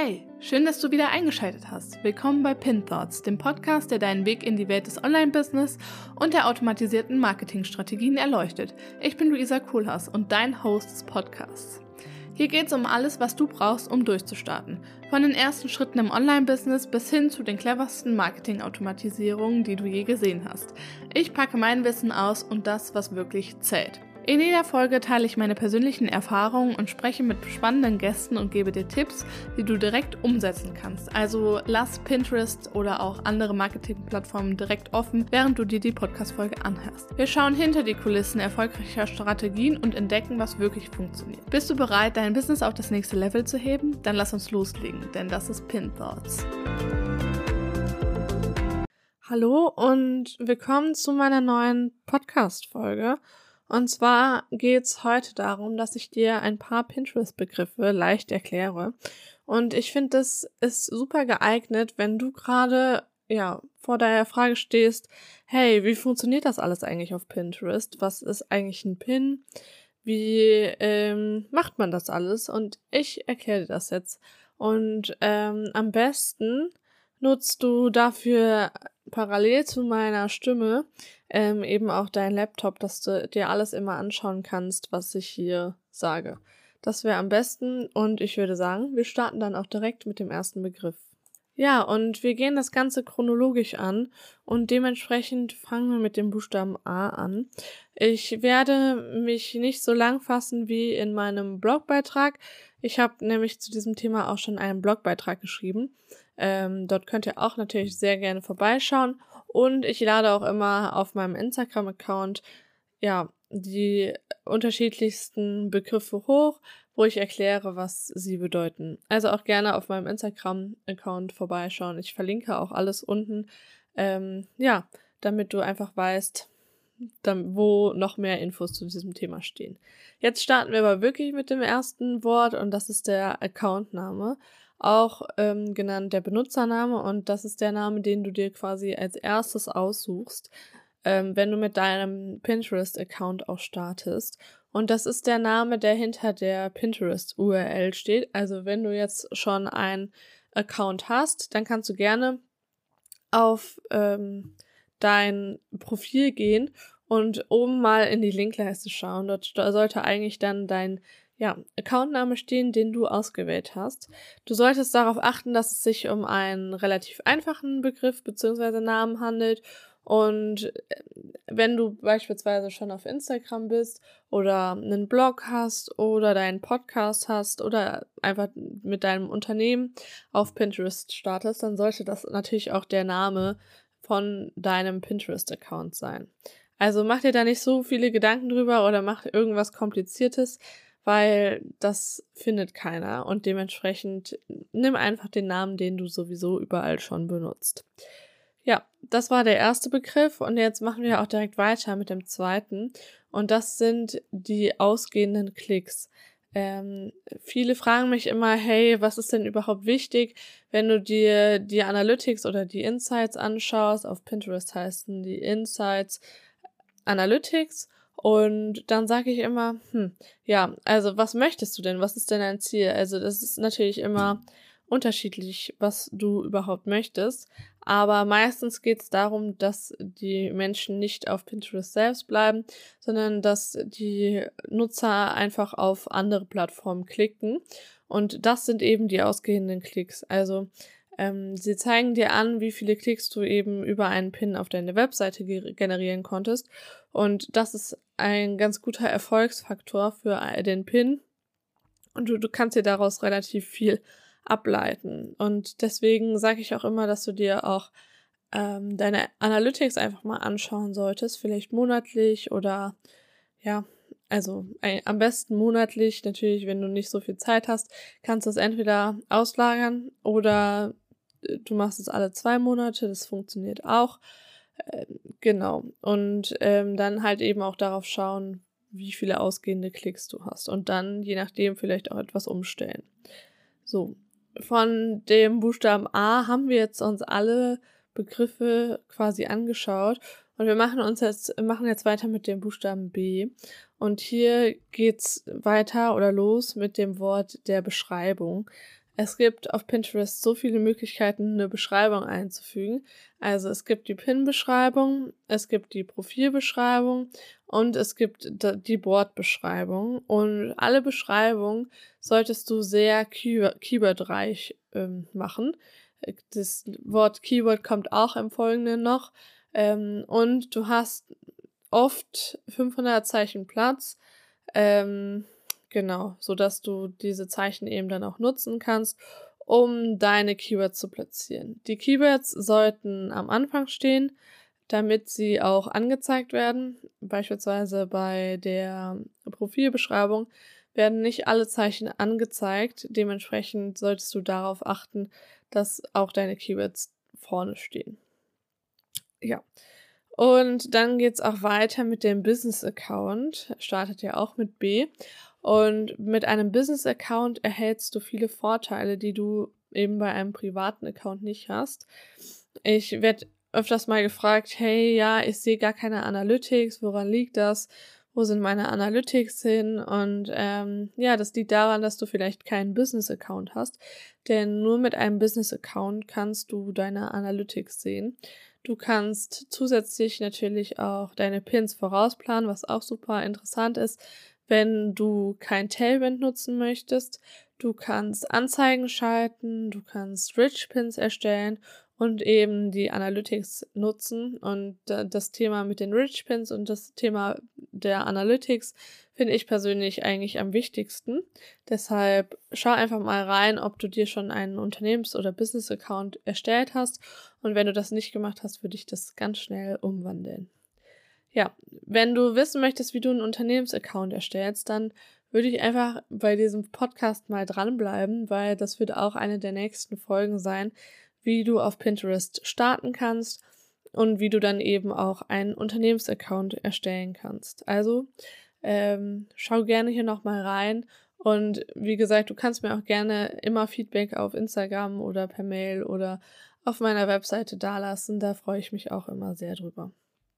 Hey, schön, dass du wieder eingeschaltet hast. Willkommen bei Pin Thoughts, dem Podcast, der deinen Weg in die Welt des Online-Business und der automatisierten Marketingstrategien erleuchtet. Ich bin Luisa Kohlhaas und dein Host des Podcasts. Hier geht es um alles, was du brauchst, um durchzustarten. Von den ersten Schritten im Online-Business bis hin zu den cleversten Marketing-Automatisierungen, die du je gesehen hast. Ich packe mein Wissen aus und das, was wirklich zählt. In jeder Folge teile ich meine persönlichen Erfahrungen und spreche mit spannenden Gästen und gebe dir Tipps, die du direkt umsetzen kannst. Also lass Pinterest oder auch andere Marketingplattformen direkt offen, während du dir die Podcast-Folge anhörst. Wir schauen hinter die Kulissen erfolgreicher Strategien und entdecken, was wirklich funktioniert. Bist du bereit, dein Business auf das nächste Level zu heben? Dann lass uns loslegen, denn das ist Pin Thoughts. Hallo und willkommen zu meiner neuen Podcast-Folge. Und zwar geht's heute darum, dass ich dir ein paar Pinterest-Begriffe leicht erkläre. Und ich finde, das ist super geeignet, wenn du gerade vor der Frage stehst, hey, wie funktioniert das alles eigentlich auf Pinterest? Was ist eigentlich ein Pin? Wie macht man das alles? Und ich erkläre dir das jetzt. Und am besten nutzt du dafür parallel zu meiner Stimme eben auch dein Laptop, dass du dir alles immer anschauen kannst, was ich hier sage. Das wäre am besten und ich würde sagen, wir starten dann auch direkt mit dem ersten Begriff. Ja, und wir gehen das Ganze chronologisch an und dementsprechend fangen wir mit dem Buchstaben A an. Ich werde mich nicht so lang fassen wie in meinem Blogbeitrag. Ich habe nämlich zu diesem Thema auch schon einen Blogbeitrag geschrieben. Dort könnt ihr auch natürlich sehr gerne vorbeischauen. Und ich lade auch immer auf meinem Instagram-Account die unterschiedlichsten Begriffe hoch, wo ich erkläre, was sie bedeuten. Also auch gerne auf meinem Instagram-Account vorbeischauen. Ich verlinke auch alles unten, damit du einfach weißt, wo noch mehr Infos zu diesem Thema stehen. Jetzt starten wir aber wirklich mit dem ersten Wort und das ist der Accountname, auch genannt der Benutzername, und das ist der Name, den du dir quasi als erstes aussuchst, wenn du mit deinem Pinterest-Account auch startest. Und das ist der Name, der hinter der Pinterest-URL steht. Also wenn du jetzt schon einen Account hast, dann kannst du gerne auf dein Profil gehen und oben mal in die Linkleiste schauen. Dort sollte eigentlich dann dein Accountname stehen, den du ausgewählt hast. Du solltest darauf achten, dass es sich um einen relativ einfachen Begriff bzw. Namen handelt. Und wenn du beispielsweise schon auf Instagram bist oder einen Blog hast oder deinen Podcast hast oder einfach mit deinem Unternehmen auf Pinterest startest, dann sollte das natürlich auch der Name von deinem Pinterest-Account sein. Also mach dir da nicht so viele Gedanken drüber oder mach irgendwas Kompliziertes, weil das findet keiner und dementsprechend nimm einfach den Namen, den du sowieso überall schon benutzt. Ja, das war der erste Begriff und jetzt machen wir auch direkt weiter mit dem zweiten und das sind die ausgehenden Klicks. Viele fragen mich immer, hey, was ist denn überhaupt wichtig, wenn du dir die Analytics oder die Insights anschaust? Auf Pinterest heißen die Insights Analytics. Und dann sage ich immer, also was möchtest du denn? Was ist denn dein Ziel? Also das ist natürlich immer unterschiedlich, was du überhaupt möchtest. Aber meistens geht es darum, dass die Menschen nicht auf Pinterest selbst bleiben, sondern dass die Nutzer einfach auf andere Plattformen klicken. Und das sind eben die ausgehenden Klicks. Also sie zeigen dir an, wie viele Klicks du eben über einen Pin auf deine Webseite generieren konntest. Und das ist ein ganz guter Erfolgsfaktor für den Pin. Und du kannst dir daraus relativ viel ableiten. Und deswegen sage ich auch immer, dass du dir auch deine Analytics einfach mal anschauen solltest. Vielleicht monatlich oder am besten monatlich. Natürlich, wenn du nicht so viel Zeit hast, kannst du es entweder auslagern oder du machst es alle 2 Monate. Das funktioniert auch. Genau. Und dann halt eben auch darauf schauen, wie viele ausgehende Klicks du hast. Und dann, je nachdem, vielleicht auch etwas umstellen. So, von dem Buchstaben A haben wir jetzt uns alle Begriffe quasi angeschaut. Und wir machen jetzt weiter mit dem Buchstaben B. Und hier geht's weiter oder los mit dem Wort der Beschreibung. Es gibt auf Pinterest so viele Möglichkeiten, eine Beschreibung einzufügen. Also es gibt die Pin-Beschreibung, es gibt die Profilbeschreibung und es gibt die Board-Beschreibung. Und alle Beschreibungen solltest du sehr keywordreich machen. Das Wort Keyword kommt auch im Folgenden noch. Und du hast oft 500 Zeichen Platz. Genau, so dass du diese Zeichen eben dann auch nutzen kannst, um deine Keywords zu platzieren. Die Keywords sollten am Anfang stehen, damit sie auch angezeigt werden. Beispielsweise bei der Profilbeschreibung werden nicht alle Zeichen angezeigt. Dementsprechend solltest du darauf achten, dass auch deine Keywords vorne stehen. Ja. Und dann geht's auch weiter mit dem Business-Account. Startet ja auch mit B. Und mit einem Business-Account erhältst du viele Vorteile, die du eben bei einem privaten Account nicht hast. Ich werde öfters mal gefragt, hey, ja, ich sehe gar keine Analytics, woran liegt das? Wo sind meine Analytics hin? Und ja, das liegt daran, dass du vielleicht keinen Business-Account hast. Denn nur mit einem Business-Account kannst du deine Analytics sehen. Du kannst zusätzlich natürlich auch deine Pins vorausplanen, was auch super interessant ist, wenn du kein Tailwind nutzen möchtest. Du kannst Anzeigen schalten, du kannst Rich Pins erstellen und eben die Analytics nutzen. Und das Thema mit den Rich Pins und das Thema der Analytics finde ich persönlich eigentlich am wichtigsten. Deshalb schau einfach mal rein, ob du dir schon einen Unternehmens- oder Business-Account erstellt hast. Und wenn du das nicht gemacht hast, würde ich das ganz schnell umwandeln. Ja, wenn du wissen möchtest, wie du einen Unternehmensaccount erstellst, dann würde ich einfach bei diesem Podcast mal dranbleiben, weil das wird auch eine der nächsten Folgen sein, wie du auf Pinterest starten kannst und wie du dann eben auch einen Unternehmensaccount erstellen kannst. Also schau gerne hier nochmal rein und wie gesagt, du kannst mir auch gerne immer Feedback auf Instagram oder per Mail oder auf meiner Webseite dalassen. Da freue ich mich auch immer sehr drüber.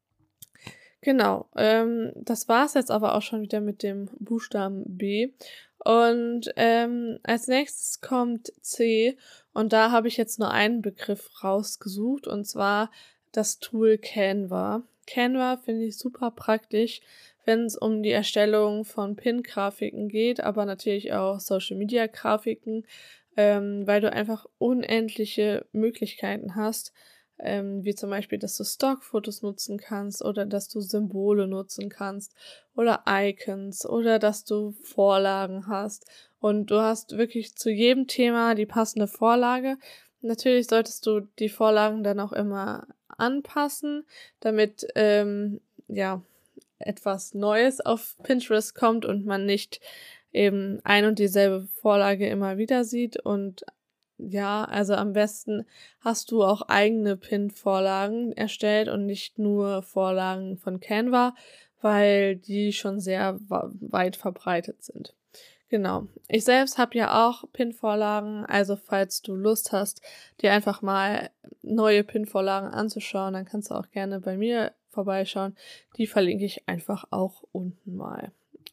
Genau, das war's jetzt aber auch schon wieder mit dem Buchstaben B. Und als nächstes kommt C und da habe ich jetzt nur einen Begriff rausgesucht und zwar das Tool Canva. Canva finde ich super praktisch, wenn es um die Erstellung von Pin-Grafiken geht, aber natürlich auch Social-Media-Grafiken, weil du einfach unendliche Möglichkeiten hast, wie zum Beispiel, dass du Stockfotos nutzen kannst oder dass du Symbole nutzen kannst oder Icons oder dass du Vorlagen hast. Und du hast wirklich zu jedem Thema die passende Vorlage. Natürlich solltest du die Vorlagen dann auch immer anpassen, damit ja etwas Neues auf Pinterest kommt und man nicht eben ein und dieselbe Vorlage immer wieder sieht. Und ja, also am besten hast du auch eigene Pin-Vorlagen erstellt und nicht nur Vorlagen von Canva, weil die schon sehr weit verbreitet sind. Genau. Ich selbst habe ja auch Pin-Vorlagen, also falls du Lust hast, dir einfach mal neue Pin-Vorlagen anzuschauen, dann kannst du auch gerne bei mir vorbeischauen. Die verlinke ich einfach auch unten mal.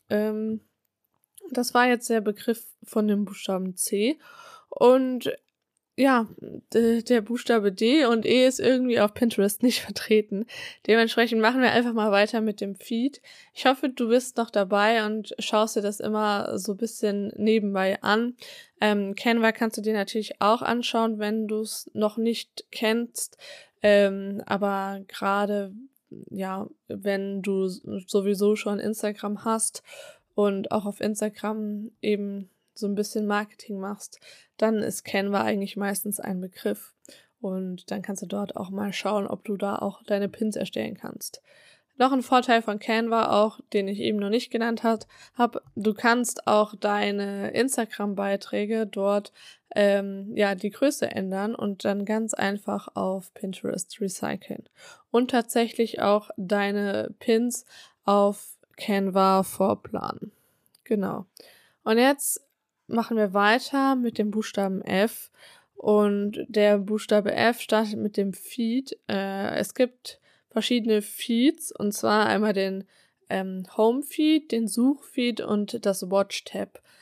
Das war jetzt der Begriff von dem Buchstaben C. Und ja, der Buchstabe D und E ist irgendwie auf Pinterest nicht vertreten. Dementsprechend machen wir einfach mal weiter mit dem Feed. Ich hoffe, du bist noch dabei und schaust dir das immer so ein bisschen nebenbei an. Canva kannst du dir natürlich auch anschauen, wenn du es noch nicht kennst. Aber gerade, ja, wenn du sowieso schon Instagram hast und auch auf Instagram eben so ein bisschen Marketing machst, dann ist Canva eigentlich meistens ein Begriff. Und dann kannst du dort auch mal schauen, ob du da auch deine Pins erstellen kannst. Noch ein Vorteil von Canva auch, den ich eben noch nicht genannt habe, du kannst auch deine Instagram-Beiträge dort ja die Größe ändern und dann ganz einfach auf Pinterest recyceln. Und tatsächlich auch deine Pins auf Canva vorplanen. Genau. Und jetzt machen wir weiter mit dem Buchstaben F. Und der Buchstabe F startet mit dem Feed. Es gibt verschiedene Feeds, und zwar einmal den Home-Feed, den Such-Feed und das Watch-Tab.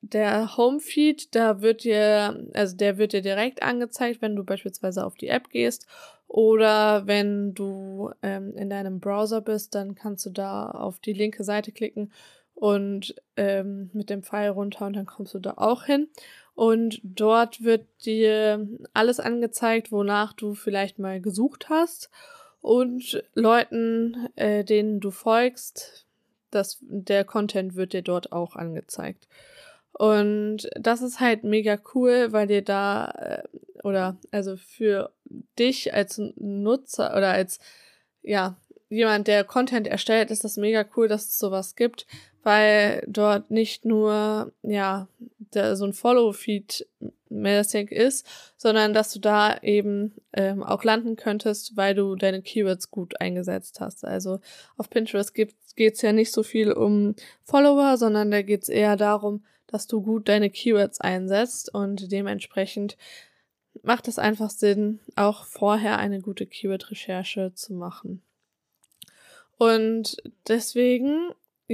der Homefeed, der wird dir direkt angezeigt, wenn du beispielsweise auf die App gehst oder wenn du in deinem Browser bist, dann kannst du da auf die linke Seite klicken und mit dem Pfeil runter und dann kommst du da auch hin. Und dort wird dir alles angezeigt, wonach du vielleicht mal gesucht hast und Leuten, denen du folgst, der Content wird dir dort auch angezeigt. Und das ist halt mega cool, weil dir da, also für dich als Nutzer oder als, jemand, der Content erstellt, ist das mega cool, dass es sowas gibt, weil dort nicht nur, so ein Follow-Feed mäßig ist, sondern dass du da eben auch landen könntest, weil du deine Keywords gut eingesetzt hast. Also auf Pinterest geht's ja nicht so viel um Follower, sondern da geht's eher darum, dass du gut deine Keywords einsetzt und dementsprechend macht es einfach Sinn, auch vorher eine gute Keyword-Recherche zu machen. Und deswegen,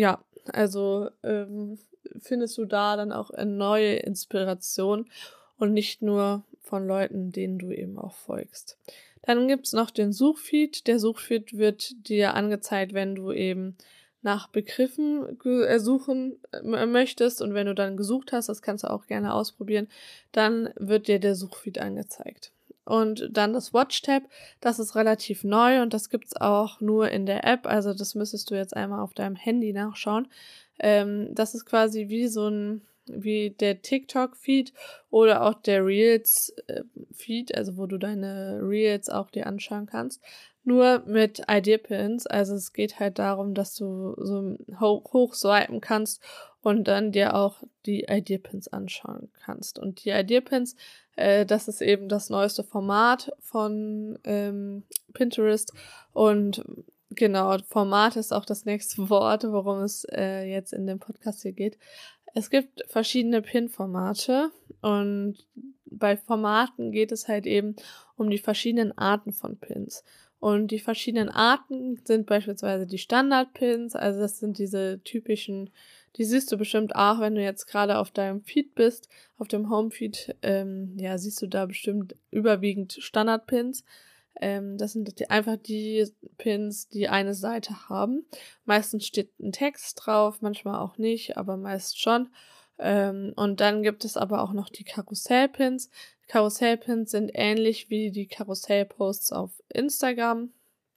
findest du da dann auch eine neue Inspiration und nicht nur von Leuten, denen du eben auch folgst. Dann gibt's noch den Suchfeed. Der Suchfeed wird dir angezeigt, wenn du eben nach Begriffen suchen möchtest und wenn du dann gesucht hast, das kannst du auch gerne ausprobieren, dann wird dir der Suchfeed angezeigt. Und dann das Watch-Tab, das ist relativ neu und das gibt's auch nur in der App, also das müsstest du jetzt einmal auf deinem Handy nachschauen. Das ist quasi wie der TikTok-Feed oder auch der Reels-Feed, also wo du deine Reels auch dir anschauen kannst, nur mit Idea-Pins. Also es geht halt darum, dass du so hoch swipen kannst und dann dir auch die Idea-Pins anschauen kannst. Und die Idea-Pins, das ist eben das neueste Format von Pinterest und genau, Format ist auch das nächste Wort, worum es jetzt in dem Podcast hier geht. Es gibt verschiedene Pin-Formate und bei Formaten geht es halt eben um die verschiedenen Arten von Pins. Und die verschiedenen Arten sind beispielsweise die Standard-Pins, also das sind diese typischen, die siehst du bestimmt auch, wenn du jetzt gerade auf deinem Feed bist, auf dem Home-Feed, siehst du da bestimmt überwiegend Standard-Pins. Das sind einfach die Pins, die eine Seite haben. Meistens steht ein Text drauf, manchmal auch nicht, aber meist schon. Und dann gibt es aber auch noch die Karussell-Pins. Karussell-Pins sind ähnlich wie die Karussell-Posts auf Instagram.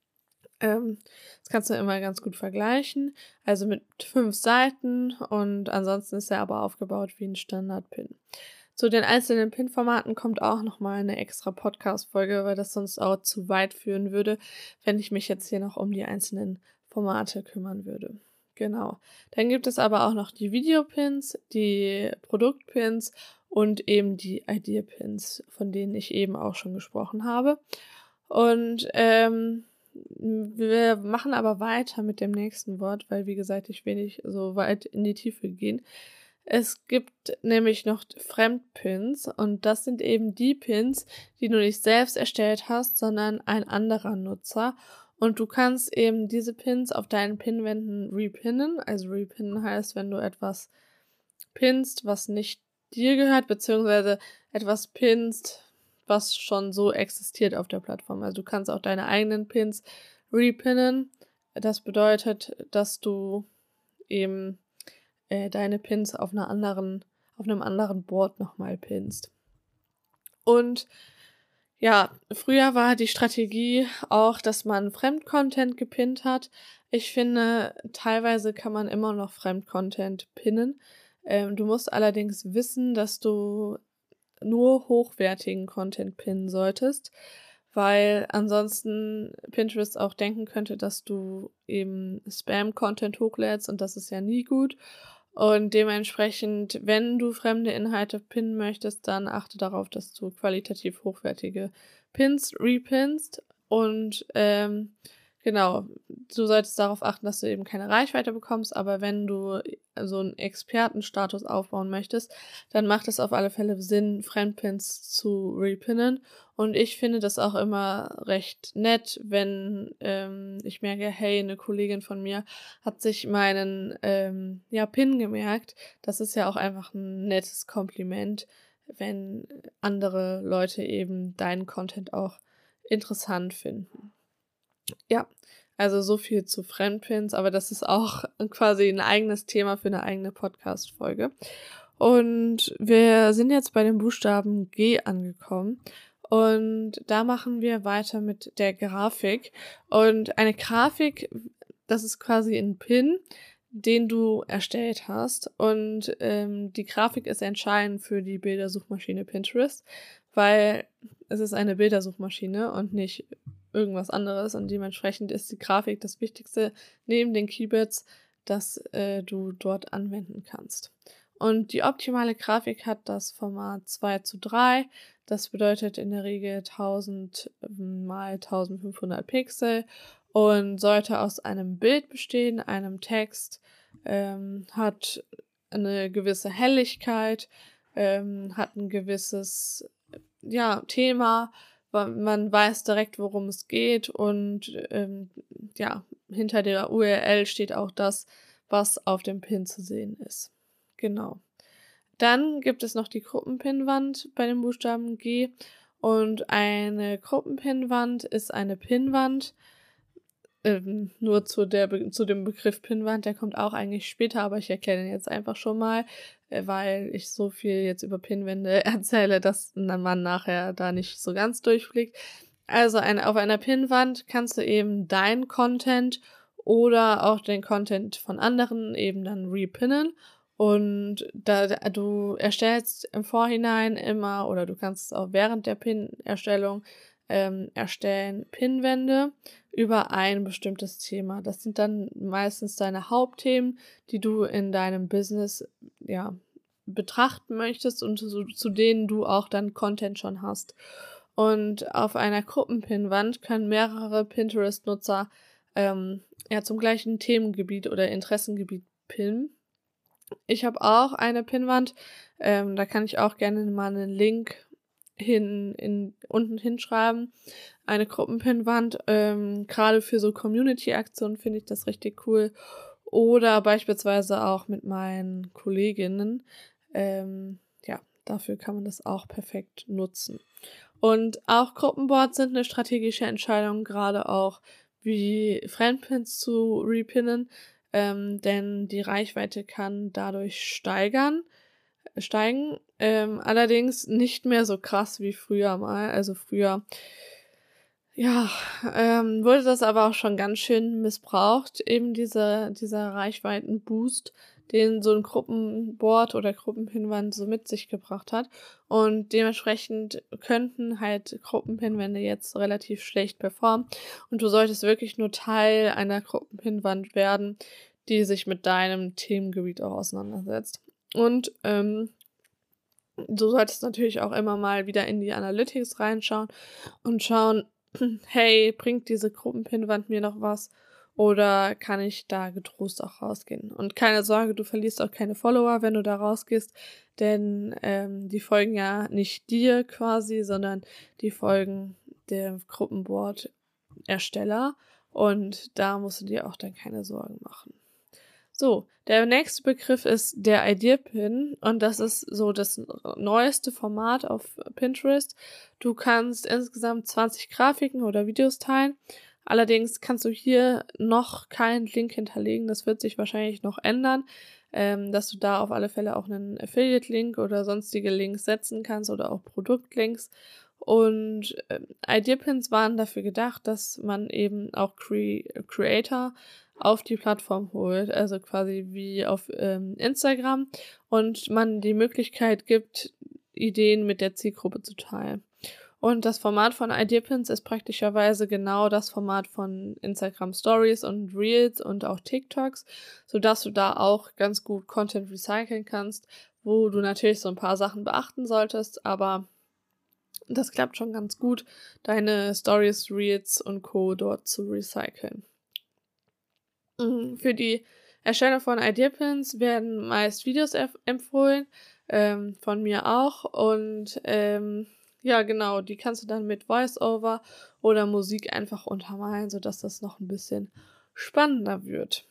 Das kannst du immer ganz gut vergleichen. Also mit 5 Seiten und ansonsten ist er aber aufgebaut wie ein Standard-Pin. Zu den einzelnen Pin-Formaten kommt auch nochmal eine extra Podcast-Folge, weil das sonst auch zu weit führen würde, wenn ich mich jetzt hier noch um die einzelnen Formate kümmern würde. Genau. Dann gibt es aber auch noch die Video-Pins, die Produkt-Pins und eben die Idea-Pins, von denen ich eben auch schon gesprochen habe. Und wir machen aber weiter mit dem nächsten Wort, weil, wie gesagt, ich will nicht so weit in die Tiefe gehen. Es gibt nämlich noch Fremdpins und das sind eben die Pins, die du nicht selbst erstellt hast, sondern ein anderer Nutzer. Und du kannst eben diese Pins auf deinen Pinwänden repinnen. Also repinnen heißt, wenn du etwas pinst, was nicht dir gehört, beziehungsweise etwas pinst, was schon so existiert auf der Plattform. Also du kannst auch deine eigenen Pins repinnen. Das bedeutet, dass du eben deine Pins auf einem anderen Board nochmal pinst. Und ja, früher war die Strategie auch, dass man Fremdcontent gepinnt hat. Ich finde, teilweise kann man immer noch Fremdcontent pinnen. Du musst allerdings wissen, dass du nur hochwertigen Content pinnen solltest, weil ansonsten Pinterest auch denken könnte, dass du eben Spam-Content hochlädst und das ist ja nie gut. Und dementsprechend, wenn du fremde Inhalte pinnen möchtest, dann achte darauf, dass du qualitativ hochwertige Pins repinnst. Und Genau, du solltest darauf achten, dass du eben keine Reichweite bekommst, aber wenn du so einen Expertenstatus aufbauen möchtest, dann macht es auf alle Fälle Sinn, Fremdpins zu repinnen. Und ich finde das auch immer recht nett, wenn ich merke, hey, eine Kollegin von mir hat sich meinen Pin gemerkt. Das ist ja auch einfach ein nettes Kompliment, wenn andere Leute eben deinen Content auch interessant finden. Ja, also so viel zu Fremdpins, aber das ist auch quasi ein eigenes Thema für eine eigene Podcast-Folge. Und wir sind jetzt bei dem Buchstaben G angekommen. Und da machen wir weiter mit der Grafik. Und eine Grafik, das ist quasi ein Pin, den du erstellt hast. Und die Grafik ist entscheidend für die Bildersuchmaschine Pinterest, weil es ist eine Bildersuchmaschine und nicht irgendwas anderes. Und dementsprechend ist die Grafik das Wichtigste neben den Keywords, das du dort anwenden kannst. Und die optimale Grafik hat das Format 2:3. Das bedeutet in der Regel 1000 mal 1500 Pixel und sollte aus einem Bild bestehen, einem Text, hat eine gewisse Helligkeit, hat ein gewisses Thema, man weiß direkt, worum es geht und hinter der URL steht auch das, was auf dem Pin zu sehen ist. Genau. Dann gibt es noch die Gruppenpinwand bei dem Buchstaben G und eine Gruppenpinwand ist eine Pinwand. Nur zu dem Begriff Pinwand, der kommt auch eigentlich später, aber ich erkläre den jetzt einfach schon mal, weil ich so viel jetzt über Pinwände erzähle, dass man nachher da nicht so ganz durchblickt. Also auf einer Pinwand kannst du eben deinen Content oder auch den Content von anderen eben dann repinnen. Und du erstellst im Vorhinein immer, oder du kannst es auch während der Pin-Erstellung erstellen, Pinwände über ein bestimmtes Thema. Das sind dann meistens deine Hauptthemen, die du in deinem Business betrachten möchtest und zu denen du auch dann Content schon hast. Und auf einer Gruppenpinwand können mehrere Pinterest-Nutzer zum gleichen Themengebiet oder Interessengebiet pinnen. Ich habe auch eine Pinwand, da kann ich auch gerne mal einen Link unten hinschreiben. Eine Gruppenpinwand, gerade für so Community-Aktionen finde ich das richtig cool. Oder beispielsweise auch mit meinen Kolleginnen. Dafür kann man das auch perfekt nutzen. Und auch Gruppenboards sind eine strategische Entscheidung, gerade auch wie Fremdpins zu repinnen, denn die Reichweite kann dadurch steigen, allerdings nicht mehr so krass wie früher mal. Also früher wurde das aber auch schon ganz schön missbraucht, eben dieser Reichweitenboost, den so ein Gruppenboard oder Gruppenpinwand so mit sich gebracht hat. Und dementsprechend könnten halt Gruppenpinwände jetzt relativ schlecht performen. Und du solltest wirklich nur Teil einer Gruppenpinwand werden, die sich mit deinem Themengebiet auch auseinandersetzt. Und du solltest natürlich auch immer mal wieder in die Analytics reinschauen und schauen, hey, bringt diese Gruppenpinwand mir noch was? Oder kann ich da getrost auch rausgehen? Und keine Sorge, du verlierst auch keine Follower, wenn du da rausgehst, denn die folgen ja nicht dir quasi, sondern die folgen der Gruppenboard-Ersteller und da musst du dir auch dann keine Sorgen machen. So, der nächste Begriff ist der Idea-Pin und das ist so das neueste Format auf Pinterest. Du kannst insgesamt 20 Grafiken oder Videos teilen. Allerdings kannst du hier noch keinen Link hinterlegen. Das wird sich wahrscheinlich noch ändern, dass du da auf alle Fälle auch einen Affiliate-Link oder sonstige Links setzen kannst oder auch Produktlinks. Und Idea-Pins waren dafür gedacht, dass man eben auch Creator auf die Plattform holt, also quasi wie auf Instagram und man die Möglichkeit gibt, Ideen mit der Zielgruppe zu teilen. Und das Format von Idea-Pins ist praktischerweise genau das Format von Instagram Stories und Reels und auch TikToks, sodass du da auch ganz gut Content recyceln kannst, wo du natürlich so ein paar Sachen beachten solltest, aber Das klappt schon ganz gut, deine Stories, Reels und Co. dort zu recyceln. Für die Erstellung von Ideapins werden meist Videos empfohlen, von mir auch. Und ja, genau, die kannst du dann mit Voice-Over oder Musik einfach untermalen, sodass das noch ein bisschen spannender wird.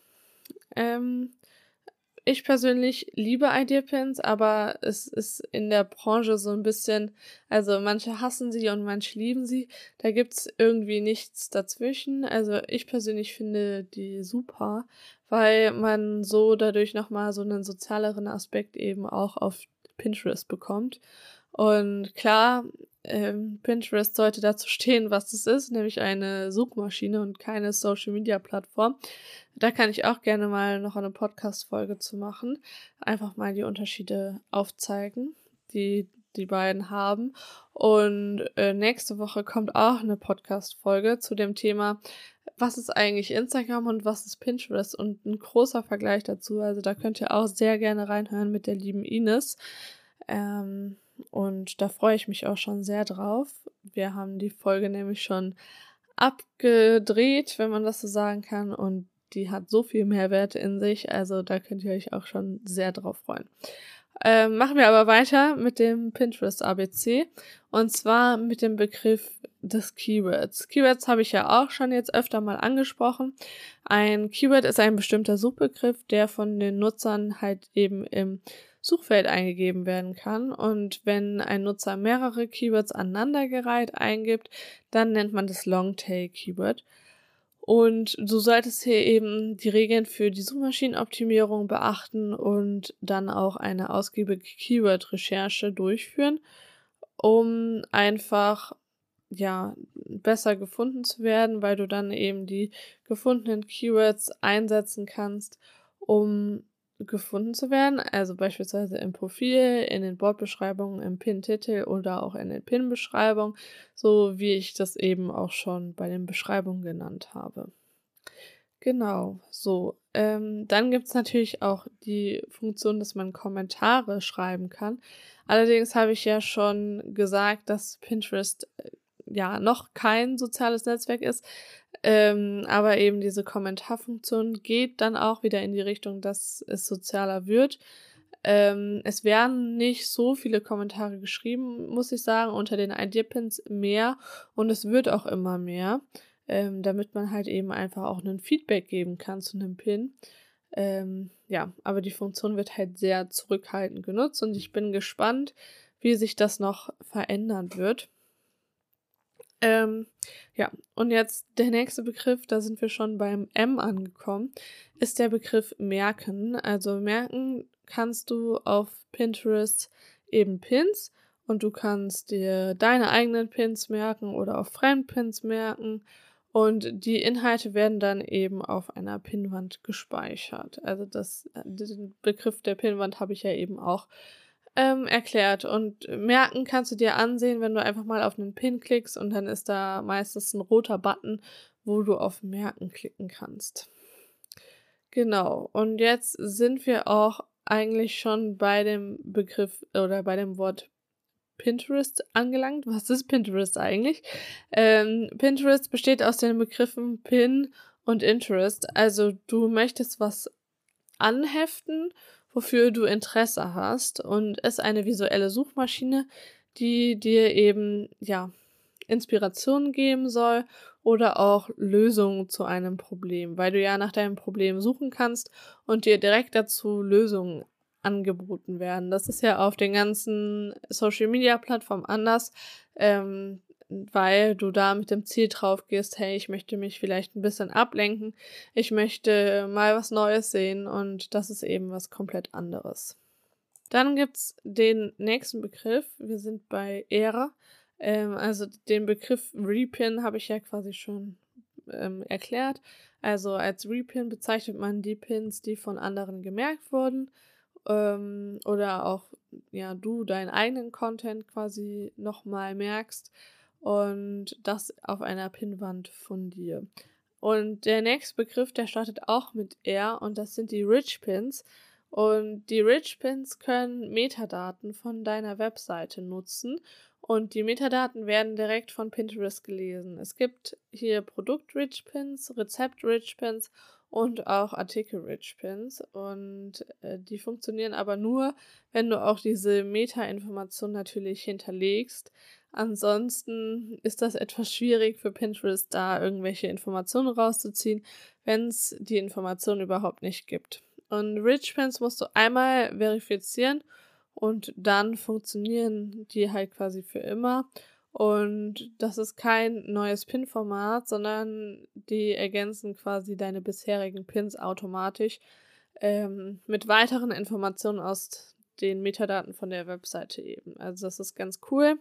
Ich persönlich liebe Ideapins, aber es ist in der Branche so ein bisschen, also manche hassen sie und manche lieben sie. Da gibt's irgendwie nichts dazwischen. Also ich persönlich finde die super, weil man so dadurch nochmal so einen sozialeren Aspekt eben auch auf Pinterest bekommt. Und klar, Pinterest sollte dazu stehen, was es ist, nämlich eine Suchmaschine und keine Social-Media-Plattform. Da kann ich auch gerne mal noch eine Podcast-Folge zu machen. Einfach mal die Unterschiede aufzeigen, die die beiden haben. Und nächste Woche kommt auch eine Podcast-Folge zu dem Thema, was ist eigentlich Instagram und was ist Pinterest, und ein großer Vergleich dazu. Also da könnt ihr auch sehr gerne reinhören mit der lieben Ines. Und da freue ich mich auch schon sehr drauf. Wir haben die Folge nämlich schon abgedreht, wenn man das so sagen kann, und die hat so viel Mehrwert in sich, also da könnt ihr euch auch schon sehr drauf freuen. Machen wir aber weiter mit dem Pinterest ABC, und zwar mit dem Begriff des Keywords. Keywords habe ich ja auch schon jetzt öfter mal angesprochen. Ein Keyword ist ein bestimmter Suchbegriff, der von den Nutzern halt eben im Suchfeld eingegeben werden kann, und wenn ein Nutzer mehrere Keywords aneinandergereiht eingibt, dann nennt man das Longtail-Keyword. Und du solltest hier eben die Regeln für die Suchmaschinenoptimierung beachten und dann auch eine ausgiebige Keyword-Recherche durchführen, um einfach ja besser gefunden zu werden, weil du dann eben die gefundenen Keywords einsetzen kannst, um gefunden zu werden, also beispielsweise im Profil, in den Bordbeschreibungen, im Pin-Titel oder auch in den Pin-Beschreibungen, so wie ich das eben auch schon bei den Beschreibungen genannt habe. Genau, so. Dann gibt's natürlich auch die Funktion, dass man Kommentare schreiben kann. Allerdings habe ich ja schon gesagt, dass Pinterest ja noch kein soziales Netzwerk ist, aber eben diese Kommentarfunktion geht dann auch wieder in die Richtung, dass es sozialer wird. Es werden nicht so viele Kommentare geschrieben, muss ich sagen, unter den Ideapins mehr, und es wird auch immer mehr, damit man halt eben einfach auch einen Feedback geben kann zu einem Pin. Ja, aber die Funktion wird halt sehr zurückhaltend genutzt, und ich bin gespannt, wie sich das noch verändern wird. Ja, und jetzt der nächste Begriff, da sind wir schon beim M angekommen, ist der Begriff Merken. Also merken kannst du auf Pinterest eben Pins, und du kannst dir deine eigenen Pins merken oder auch Fremdpins merken, und die Inhalte werden dann eben auf einer Pinnwand gespeichert. Also den Begriff der Pinnwand habe ich ja eben auch erklärt. Und merken kannst du dir ansehen, wenn du einfach mal auf einen Pin klickst, und dann ist da meistens ein roter Button, wo du auf Merken klicken kannst. Genau. Und jetzt sind wir auch eigentlich schon bei dem Begriff oder bei dem Wort Pinterest angelangt. Was ist Pinterest eigentlich? Pinterest besteht aus den Begriffen Pin und Interest. Also du möchtest was anheften, wofür du Interesse hast, und ist eine visuelle Suchmaschine, die dir eben, ja, Inspiration geben soll oder auch Lösungen zu einem Problem, weil du ja nach deinem Problem suchen kannst und dir direkt dazu Lösungen angeboten werden. Das ist ja auf den ganzen Social-Media-Plattformen anders, weil du da mit dem Ziel drauf gehst, hey, ich möchte mich vielleicht ein bisschen ablenken, ich möchte mal was Neues sehen, und das ist eben was komplett anderes. Dann gibt's den nächsten Begriff, wir sind bei Ära, also den Begriff Repin habe ich ja quasi schon erklärt. Also als Repin bezeichnet man die Pins, die von anderen gemerkt wurden, oder auch ja du deinen eigenen Content quasi nochmal merkst, und das auf einer Pinnwand von dir. Und der nächste Begriff, der startet auch mit R, und das sind die Rich Pins. Und die Rich Pins können Metadaten von deiner Webseite nutzen und die Metadaten werden direkt von Pinterest gelesen. Es gibt hier Produkt-Rich Pins, Rezept-Rich Pins und auch Artikel-Rich Pins und die funktionieren aber nur, wenn du auch diese Meta-Information natürlich hinterlegst. Ansonsten ist das etwas schwierig für Pinterest, da irgendwelche Informationen rauszuziehen, wenn es die Information überhaupt nicht gibt. Und Rich Pins musst du einmal verifizieren und dann funktionieren die halt quasi für immer. Und das ist kein neues Pin-Format, sondern die ergänzen quasi deine bisherigen Pins automatisch mit weiteren Informationen aus den Metadaten von der Webseite eben. Also das ist ganz cool.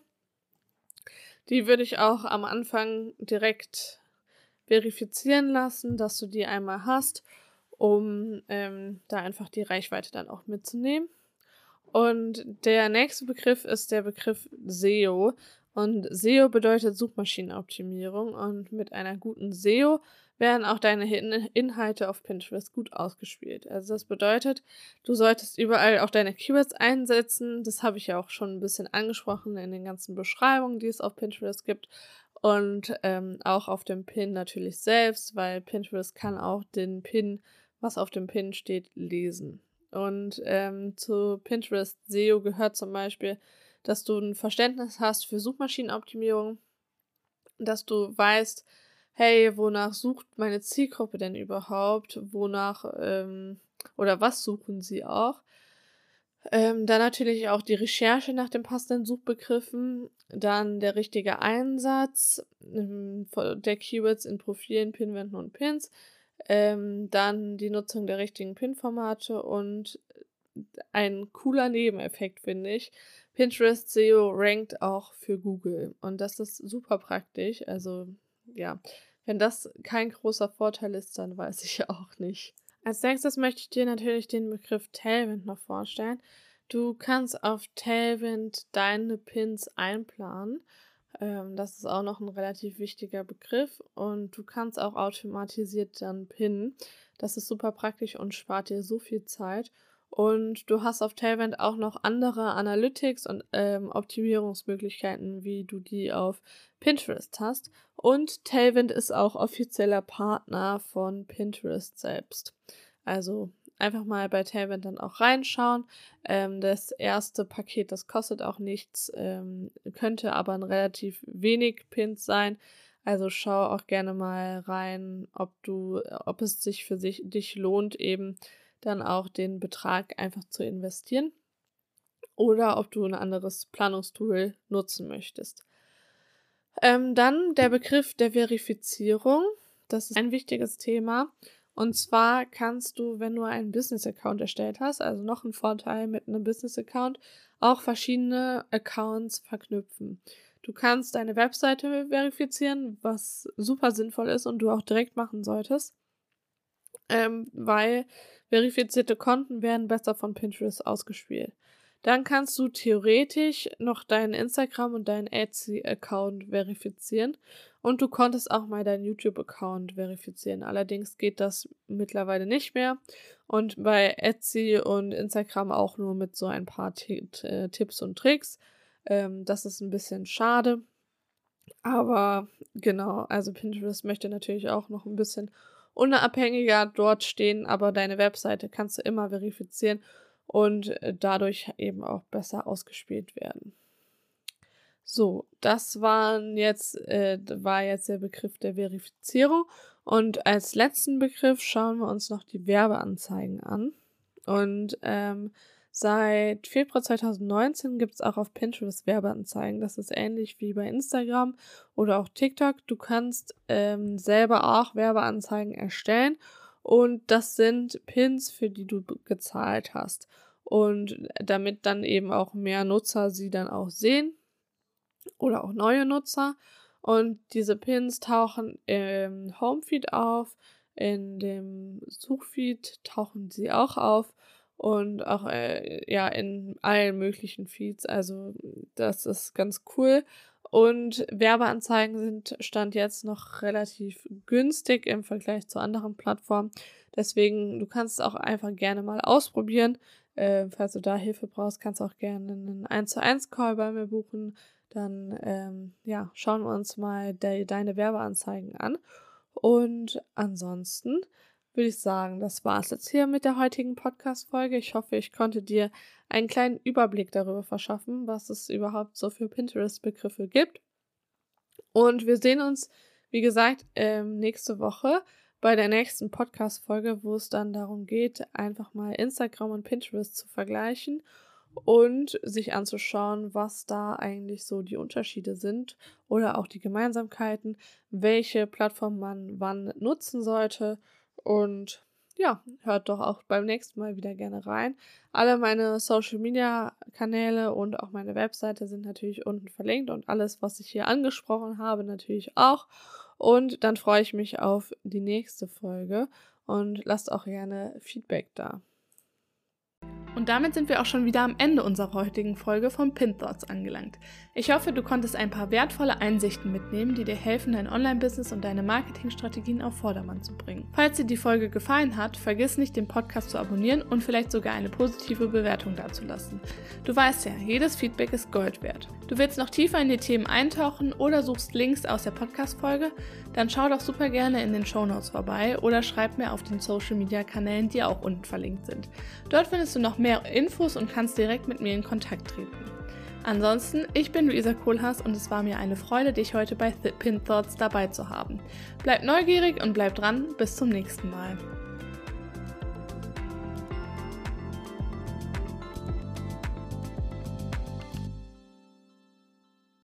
Die würde ich auch am Anfang direkt verifizieren lassen, dass du die einmal hast, um da einfach die Reichweite dann auch mitzunehmen. Und der nächste Begriff ist der Begriff SEO. Und SEO bedeutet Suchmaschinenoptimierung. Und mit einer guten SEO werden auch deine Inhalte auf Pinterest gut ausgespielt. Also das bedeutet, du solltest überall auch deine Keywords einsetzen. Das habe ich ja auch schon ein bisschen angesprochen in den ganzen Beschreibungen, die es auf Pinterest gibt. Und auch auf dem Pin natürlich selbst, weil Pinterest kann auch den Pin, was auf dem Pin steht, lesen. Und zu Pinterest SEO gehört zum Beispiel, dass du ein Verständnis hast für Suchmaschinenoptimierung, dass du weißt, hey, wonach sucht meine Zielgruppe denn überhaupt? Wonach oder was suchen sie auch? Dann natürlich auch die Recherche nach den passenden Suchbegriffen, dann der richtige Einsatz der Keywords in Profilen, Pinwänden und Pins, dann die Nutzung der richtigen Pin-Formate und ein cooler Nebeneffekt, finde ich. Pinterest SEO rankt auch für Google und das ist super praktisch. Also ja, wenn das kein großer Vorteil ist, dann weiß ich auch nicht. Als nächstes möchte ich dir natürlich den Begriff Tailwind noch vorstellen. Du kannst auf Tailwind deine Pins einplanen. Das ist auch noch ein relativ wichtiger Begriff und du kannst auch automatisiert dann pinnen. Das ist super praktisch und spart dir so viel Zeit. Und du hast auf Tailwind auch noch andere Analytics und Optimierungsmöglichkeiten, wie du die auf Pinterest hast. Und Tailwind ist auch offizieller Partner von Pinterest selbst. Also einfach mal bei Tailwind dann auch reinschauen. Das erste Paket, das kostet auch nichts, könnte aber ein relativ wenig Pins sein. Also schau auch gerne mal rein, ob es sich für dich lohnt, eben dann auch den Betrag einfach zu investieren oder ob du ein anderes Planungstool nutzen möchtest. Dann der Begriff der Verifizierung. Das ist ein wichtiges Thema. Und zwar kannst du, wenn du einen Business-Account erstellt hast, also noch ein Vorteil mit einem Business-Account, auch verschiedene Accounts verknüpfen. Du kannst deine Webseite verifizieren, was super sinnvoll ist und du auch direkt machen solltest, weil verifizierte Konten werden besser von Pinterest ausgespielt. Dann kannst du theoretisch noch deinen Instagram- und deinen Etsy-Account verifizieren und du konntest auch mal deinen YouTube-Account verifizieren. Allerdings geht das mittlerweile nicht mehr und bei Etsy und Instagram auch nur mit so ein paar Tipps und Tricks. Das ist ein bisschen schade, aber genau, also Pinterest möchte natürlich auch noch ein bisschen unabhängiger dort stehen, aber deine Webseite kannst du immer verifizieren und dadurch eben auch besser ausgespielt werden. So, das war jetzt der Begriff der Verifizierung. Und als letzten Begriff schauen wir uns noch die Werbeanzeigen an. Und seit Februar 2019 gibt es auch auf Pinterest Werbeanzeigen. Das ist ähnlich wie bei Instagram oder auch TikTok. Du kannst selber auch Werbeanzeigen erstellen und das sind Pins, für die du gezahlt hast. Und damit dann eben auch mehr Nutzer sie dann auch sehen oder auch neue Nutzer. Und diese Pins tauchen im Homefeed auf, in dem Suchfeed tauchen sie auch auf und auch in allen möglichen Feeds. Also das ist ganz cool. Und Werbeanzeigen sind Stand jetzt noch relativ günstig im Vergleich zu anderen Plattformen. Deswegen, du kannst es auch einfach gerne mal ausprobieren. Falls du da Hilfe brauchst, kannst du auch gerne einen 1:1 Call bei mir buchen. Dann schauen wir uns mal deine Werbeanzeigen an. Und ansonsten würde ich sagen, das war's jetzt hier mit der heutigen Podcast-Folge. Ich hoffe, ich konnte dir einen kleinen Überblick darüber verschaffen, was es überhaupt so für Pinterest-Begriffe gibt. Und wir sehen uns, wie gesagt, nächste Woche bei der nächsten Podcast-Folge, wo es dann darum geht, einfach mal Instagram und Pinterest zu vergleichen und sich anzuschauen, was da eigentlich so die Unterschiede sind oder auch die Gemeinsamkeiten, welche Plattform man wann nutzen sollte. Und ja, hört doch auch beim nächsten Mal wieder gerne rein. Alle meine Social-Media-Kanäle und auch meine Webseite sind natürlich unten verlinkt und alles, was ich hier angesprochen habe, natürlich auch. Und dann freue ich mich auf die nächste Folge und lasst auch gerne Feedback da. Und damit sind wir auch schon wieder am Ende unserer heutigen Folge von Pin Thoughts angelangt. Ich hoffe, du konntest ein paar wertvolle Einsichten mitnehmen, die dir helfen, dein Online-Business und deine Marketingstrategien auf Vordermann zu bringen. Falls dir die Folge gefallen hat, vergiss nicht, den Podcast zu abonnieren und vielleicht sogar eine positive Bewertung dazulassen. Du weißt ja, jedes Feedback ist Gold wert. Du willst noch tiefer in die Themen eintauchen oder suchst Links aus der Podcast-Folge? Dann schau doch super gerne in den Shownotes vorbei oder schreib mir auf den Social-Media-Kanälen, die auch unten verlinkt sind. Dort findest du noch mehr Infos und kannst direkt mit mir in Kontakt treten. Ansonsten, ich bin Luisa Kohlhaas und es war mir eine Freude, dich heute bei Pin Thoughts dabei zu haben. Bleib neugierig und bleib dran, bis zum nächsten Mal.